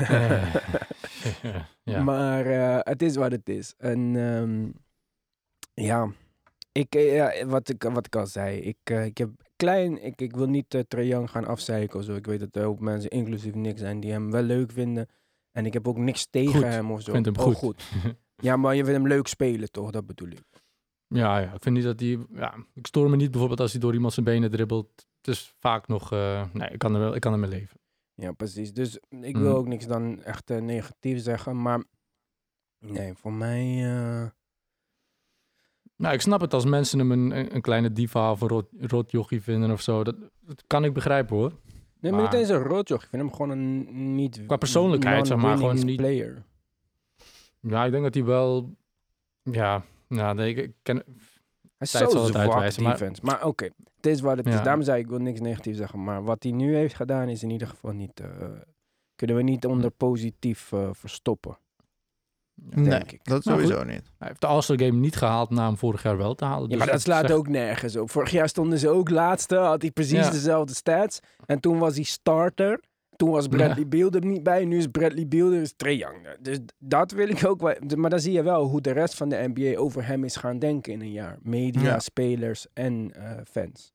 Maar het is wat het is. En wat ik al zei, ik wil niet Trae Young gaan afzeiken of zo. Ik weet dat er ook mensen, inclusief Nick, zijn die hem wel leuk vinden. En ik heb ook niks tegen hem of zo. Ik vind hem goed. Ja, maar je vindt hem leuk spelen, toch? Dat bedoel ik. Ja, ik vind niet dat hij... Ja, ik stoor me niet bijvoorbeeld als hij door iemand zijn benen dribbelt. Het is vaak nog... ik kan ermee leven. Ja, precies. Dus ik wil ook niks dan echt negatief zeggen. Maar nee, voor mij... Nou, ik snap het als mensen hem een kleine diva of een rotjochie vinden of zo. Dat kan ik begrijpen, hoor. Nee, maar niet eens een rotjochie. Ik vind hem gewoon een niet... Qua persoonlijkheid, zeg maar, gewoon niet... player. Ja, ik denk dat hij wel... Ja, ik ken... Hij is zo zwak defense. Maar oké, het is wat het is. Daarom zei ik wil niks negatief zeggen. Maar wat hij nu heeft gedaan is in ieder geval niet... kunnen we niet onder positief verstoppen. Denk ik. Dat sowieso niet. Hij heeft de All-Star Game niet gehaald na hem vorig jaar wel te halen. Dus ja, maar dat slaat ook nergens op. Vorig jaar stonden ze ook laatste, had hij precies dezelfde stats. En toen was hij starter. Toen was Bradley Beal er niet bij. Nu is Bradley Beal er, is Trae Young. Dus dat wil ik ook wel. Maar dan zie je wel hoe de rest van de NBA over hem is gaan denken in een jaar. Media, spelers en fans.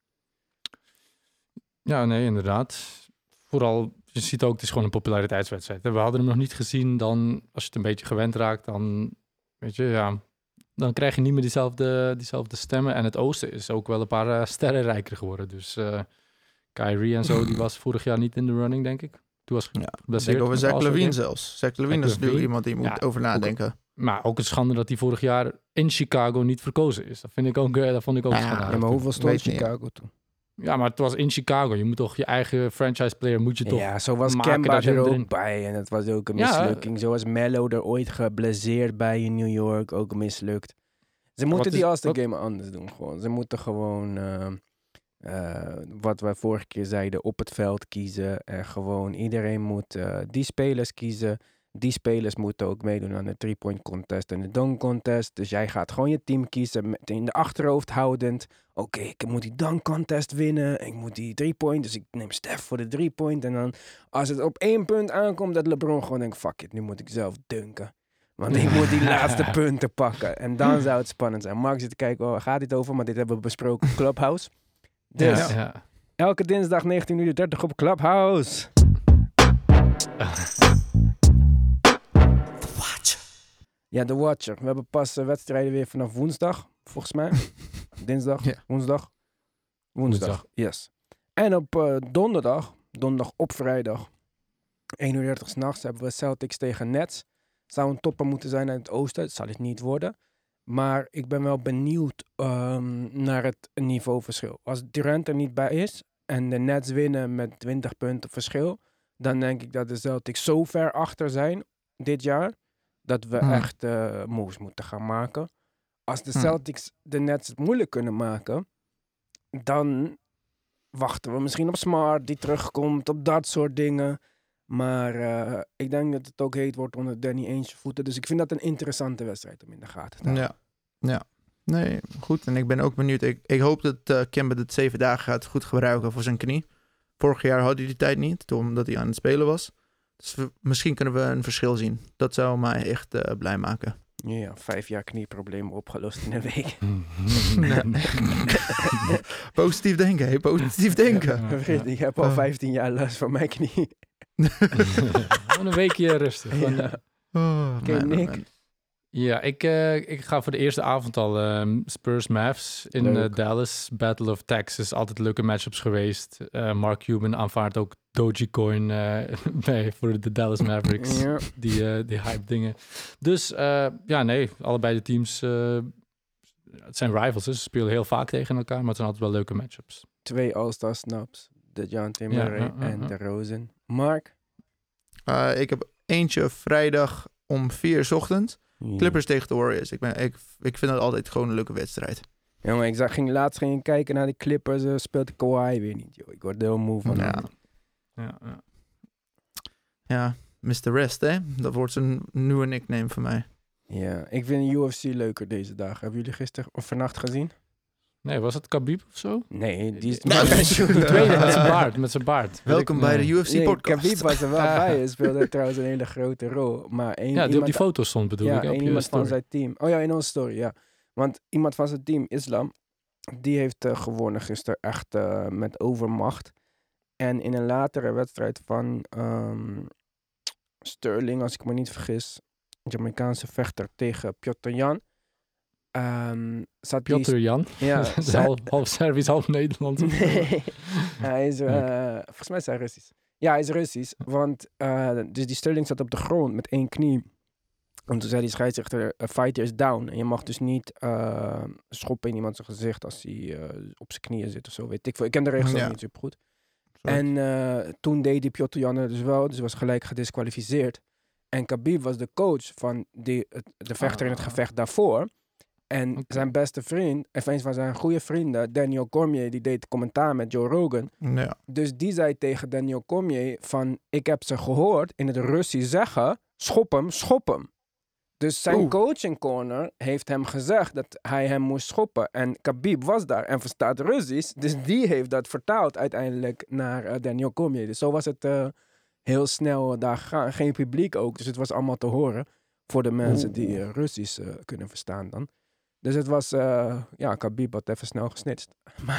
Ja, nee, inderdaad. Vooral, je ziet ook, het is gewoon een populariteitswedstrijd. We hadden hem nog niet gezien. Dan, als je het een beetje gewend raakt, dan, weet je, ja, dan krijg je niet meer diezelfde stemmen. En het oosten is ook wel een paar sterren rijker geworden. Dus Kyrie en zo, die was vorig jaar niet in de running, denk ik. Toen was geblesseerd. Ik over Zach LaVine zelfs. Zach LaVine is nu iemand die moet over nadenken. Maar ook een schande dat hij vorig jaar in Chicago niet verkozen is. Dat vond ik ook een schande. Ja, maar hoeveel stond Chicago toen? Ja, maar het was in Chicago. Je moet toch je eigen franchise player moet je toch. Ja, zo was Kemba er ook bij en het was ook een mislukking. Zoals Melo er ooit geblesseerd bij in New York, ook mislukt. Ze moeten die All-Star Game anders doen gewoon. Ze moeten gewoon wat wij vorige keer zeiden op het veld kiezen en gewoon iedereen moet die spelers kiezen. Die spelers moeten ook meedoen aan de 3-point contest en de dunk contest. Dus jij gaat gewoon je team kiezen in de achterhoofd houdend. Oké, ik moet die dunk contest winnen. Ik moet die 3-point. Dus ik neem Steph voor de 3-point. En dan als het op 1 punt aankomt, dat LeBron gewoon denkt, fuck it, nu moet ik zelf dunken. Want ik moet die laatste punten pakken. En dan zou het spannend zijn. Mark zit te kijken, waar gaat dit over? Maar dit hebben we besproken op Clubhouse. Dus elke dinsdag 19:30 op Clubhouse. Ja, The Watcher. We hebben pas wedstrijden weer vanaf woensdag, volgens mij. Dinsdag, woensdag. Yes. En op donderdag op vrijdag, 1:30 s'nachts, hebben we Celtics tegen Nets. Zou een topper moeten zijn uit het oosten. Dat zal het niet worden. Maar ik ben wel benieuwd naar het niveauverschil. Als Durant er niet bij is en de Nets winnen met 20 punten verschil, dan denk ik dat de Celtics zo ver achter zijn dit jaar, dat we echt moves moeten gaan maken. Als de Celtics de Nets het moeilijk kunnen maken, dan wachten we misschien op Smart die terugkomt, op dat soort dingen. Maar ik denk dat het ook heet wordt onder Danny Ainge voeten. Dus ik vind dat een interessante wedstrijd om in de gaten te houden. Ja. Nee, goed. En ik ben ook benieuwd. Ik hoop dat Kemba het 7 dagen gaat goed gebruiken voor zijn knie. Vorig jaar had hij die tijd niet, omdat hij aan het spelen was. Dus misschien kunnen we een verschil zien. Dat zou mij echt blij maken. Ja, 5 jaar knieproblemen opgelost in een week. Positief denken, hey, positief denken. Ik heb al 15 jaar last van mijn knie. Gewoon een weekje rustig. Nick? Ja, ik ga voor de eerste avond al Spurs Mavs in Dallas. Battle of Texas, altijd leuke matchups geweest. Mark Cuban aanvaardt ook Dogecoin voor de Dallas Mavericks. Ja. Die hype dingen. Dus allebei de teams, het zijn rivals. Ze spelen heel vaak tegen elkaar, maar het zijn altijd wel leuke matchups. 2 All-Star snaps. De DeJounte Murray en de Rosen. Mark? Ik heb eentje vrijdag om 4 's ochtends. Clippers tegen de Warriors. Ik vind dat altijd gewoon een leuke wedstrijd. Jongen, ging laatst kijken naar die Clippers. Speelt Kawhi weer niet, joh. Ik word heel moe van hem. Ja, Mr. Rest, hè? Dat wordt een nieuwe nickname voor mij. Ja, ik vind UFC leuker deze dagen. Hebben jullie gisteren of vannacht gezien? Nee, was het Khabib of zo? Nee, die is... Die tweede met zijn baard. Welkom bij de UFC-podcast. Khabib was er wel bij. Hij speelde trouwens een hele grote rol. Maar die op die foto stond, bedoel ik. Ja, iemand van zijn team. Oh ja, in onze story, ja. Want iemand van zijn team, Islam, die heeft gewonnen gisteren echt met overmacht. En in een latere wedstrijd van Sterling, als ik me niet vergis, Jamaicaanse vechter tegen Piotr Jan, Piotr Jan? Ja. half Servisch, half Nederlands. Nee, hij is, volgens mij is hij Russisch. Ja, hij is Russisch, want dus die Sterling zat op de grond met 1 knie. En toen zei die scheidsrechter, a fighter is down. En je mag dus niet schoppen in iemand zijn gezicht als hij op zijn knieën zit of zo, weet ik veel. Ik ken de regels nog niet super goed. En toen deed die Piotr Jan dus wel, dus was gelijk gedisqualificeerd. En Khabib was de coach van de vechter in het gevecht daarvoor. En zijn beste vriend, of een van zijn goede vrienden, Daniel Cormier, die deed commentaar met Joe Rogan. Ja. Dus die zei tegen Daniel Cormier van, ik heb ze gehoord in het Russisch zeggen, schop hem. Dus zijn coaching corner heeft hem gezegd dat hij hem moest schoppen. En Khabib was daar en verstaat Russisch. Dus die heeft dat vertaald uiteindelijk naar Daniel Cormier. Dus zo was het heel snel daar gegaan. Geen publiek ook, dus het was allemaal te horen. Voor de mensen die Russisch kunnen verstaan dan. Dus het was, Khabib had even snel gesnitcht.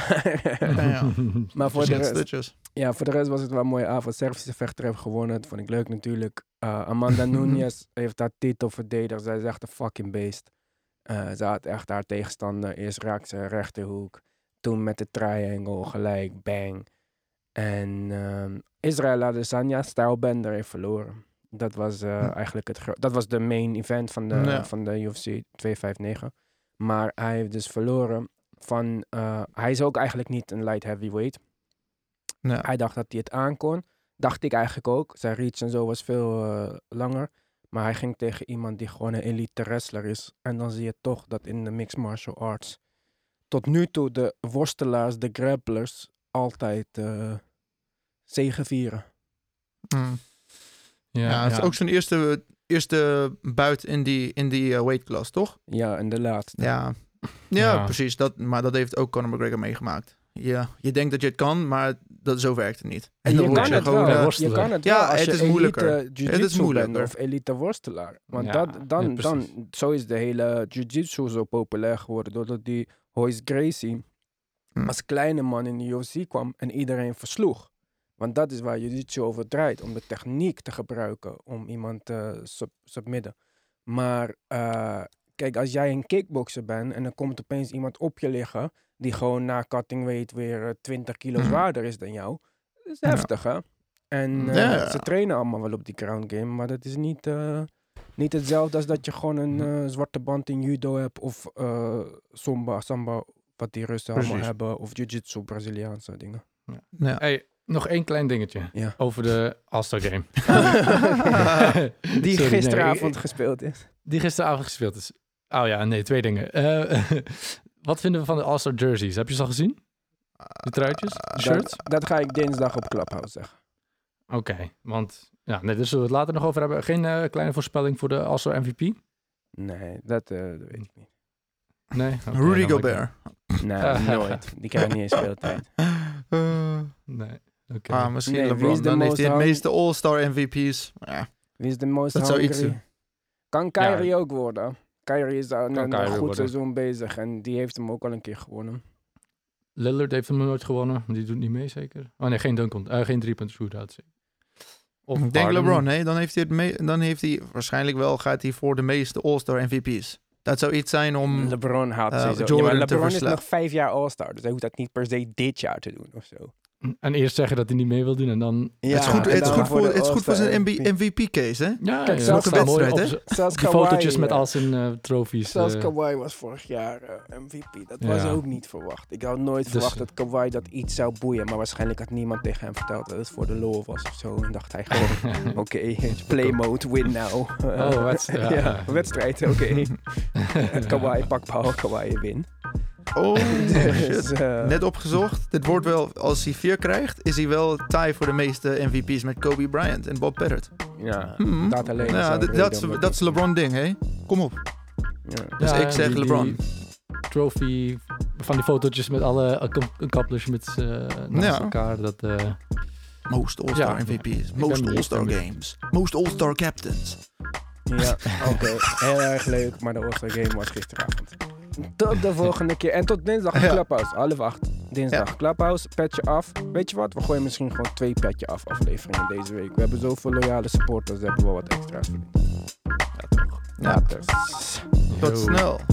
Maar voor de rest was het wel een mooie avond. Servische vechter heeft gewonnen, dat vond ik leuk natuurlijk. Amanda Nunes heeft haar titel verdedigd. Zij is echt een fucking beest. Ze had echt haar tegenstander. Eerst raakte ze rechterhoek. Toen met de triangle gelijk, bang. En Israel Adesanya, stijlbender, heeft verloren. Dat was eigenlijk dat was de main event van de UFC 259. Maar hij heeft dus verloren van... hij is ook eigenlijk niet een light heavyweight. Nee. Hij dacht dat hij het aankon. Dacht ik eigenlijk ook. Zijn reach en zo was veel langer. Maar hij ging tegen iemand die gewoon een elite wrestler is. En dan zie je toch dat in de mixed martial arts... tot nu toe de worstelaars, de grapplers... altijd zegevieren. Ja, het is ook zijn eerste buit in die weight class, toch? Ja, en de laatste. Ja, precies. Maar dat heeft ook Conor McGregor meegemaakt. Ja, je denkt dat je het kan, maar zo werkt het niet. En dan word je gewoon worstelen. Je kan het wel als het is moeilijker. Jiu-jitsu bent of elite worstelaar. Want dan zo is de hele jiu-jitsu zo populair geworden. Doordat die Royce Gracie als kleine man in de UFC kwam en iedereen versloeg. Want dat is waar jiu-jitsu over draait. Om de techniek te gebruiken om iemand te submitten. Maar kijk, als jij een kickboxer bent en dan komt opeens iemand op je liggen die gewoon na cutting weight weer 20 kilo zwaarder is dan jou. Dat is heftig, hè? En ze trainen allemaal wel op die ground game, maar dat is niet hetzelfde als dat je gewoon een zwarte band in judo hebt of samba, wat die Russen allemaal hebben, of jiu-jitsu, Braziliaanse dingen. Ja. Hey, nog één klein dingetje over de All-Star Game. Die gisteravond gespeeld is. Die gisteravond gespeeld is. Oh ja, nee, 2 dingen. Wat vinden we van de All-Star jerseys? Heb je ze al gezien? De truitjes? Shirts? Dat ga ik dinsdag op Clubhouse zeggen. Oké, want daar zullen we het later nog over hebben. Geen kleine voorspelling voor de All-Star MVP? Nee, dat weet ik niet. Nee? Okay, Rudy Gobert. Nee, nooit. Die krijgt niet eens speeltijd. Nee. Okay. Misschien LeBron. Dan heeft hij het meeste All-Star MVP's. Ja. Wie is de most hungry? Kan Kyrie ook worden? Kyrie is een goed seizoen bezig en die heeft hem ook al een keer gewonnen. Lillard heeft hem nooit gewonnen. Die doet niet mee zeker. Oh nee, geen geen 3-punt shootout zeker. Ik denk LeBron, nee. Dan heeft hij waarschijnlijk wel, gaat hij voor de meeste All-Star MVP's. Dat zou iets zijn om LeBron haalt sowieso. Maar LeBron is nog 5 jaar All-Star, dus hij hoeft dat niet per se dit jaar te doen of zo. En eerst zeggen dat hij niet mee wil doen en dan... Ja, het is goed voor zijn MVP-case, hè? Ja, kijk, zelfs een wedstrijd, hè? Die fotootjes met al zijn trofies. Zelfs Kawhi was vorig jaar MVP. Dat was ook niet verwacht. Ik had nooit verwacht dat Kawhi dat iets zou boeien. Maar waarschijnlijk had niemand tegen hem verteld dat het voor de lol was of zo. En dacht hij gewoon, oké, play mode, win now. Wedstrijd, oké. Kawhi, pak bal, Kawhi, win. Oh, shit. Net opgezocht. Dit wordt wel, als hij 4 krijgt, is hij wel tie voor de meeste MVP's met Kobe Bryant en Bob Pettit. Ja, dat alleen. Ja, dat is LeBron ding, hè? Kom op. Ja. Dus ik zeg LeBron. Trophy van die fotootjes met alle accomplishments naast elkaar. Dat, most All-Star MVP's, most All-Star Games, most All-Star Captains. Ja, oké. Heel erg leuk, maar de All-Star Game was gisteravond. Tot de volgende keer. En tot dinsdag Clubhouse. 7:30. Dinsdag Clubhouse. Petje af. Weet je wat? We gooien misschien gewoon 2 petje af afleveringen deze week. We hebben zoveel loyale supporters. We hebben wel wat extra's verdiend. Ja, toch. Tot snel.